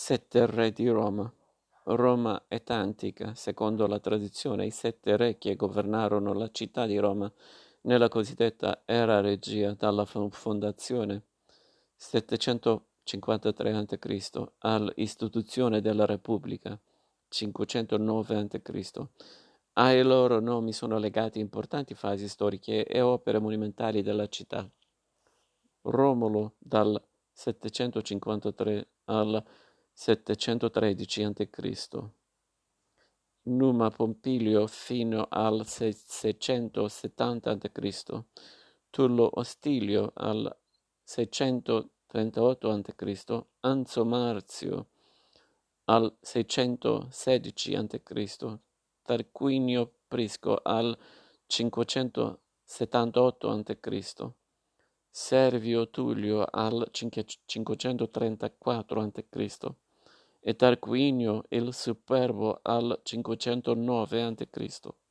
7 re di Roma. Roma è antica, secondo la tradizione, i 7 re che governarono la città di Roma nella cosiddetta Era Regia dalla fondazione 753 a.C. all'istituzione della Repubblica 509 a.C. Ai loro nomi sono legate importanti fasi storiche e opere monumentali della città. Romolo dal 753 al 713 a.C., Numa Pompilio fino al 670 a.C., Tullo Ostilio al 638 a.C., Anzo Marzio al 616 a.C., Tarquinio Prisco al 578 a.C., Servio Tullio al 534 a.C. e Tarquinio il Superbo al 509 a.C.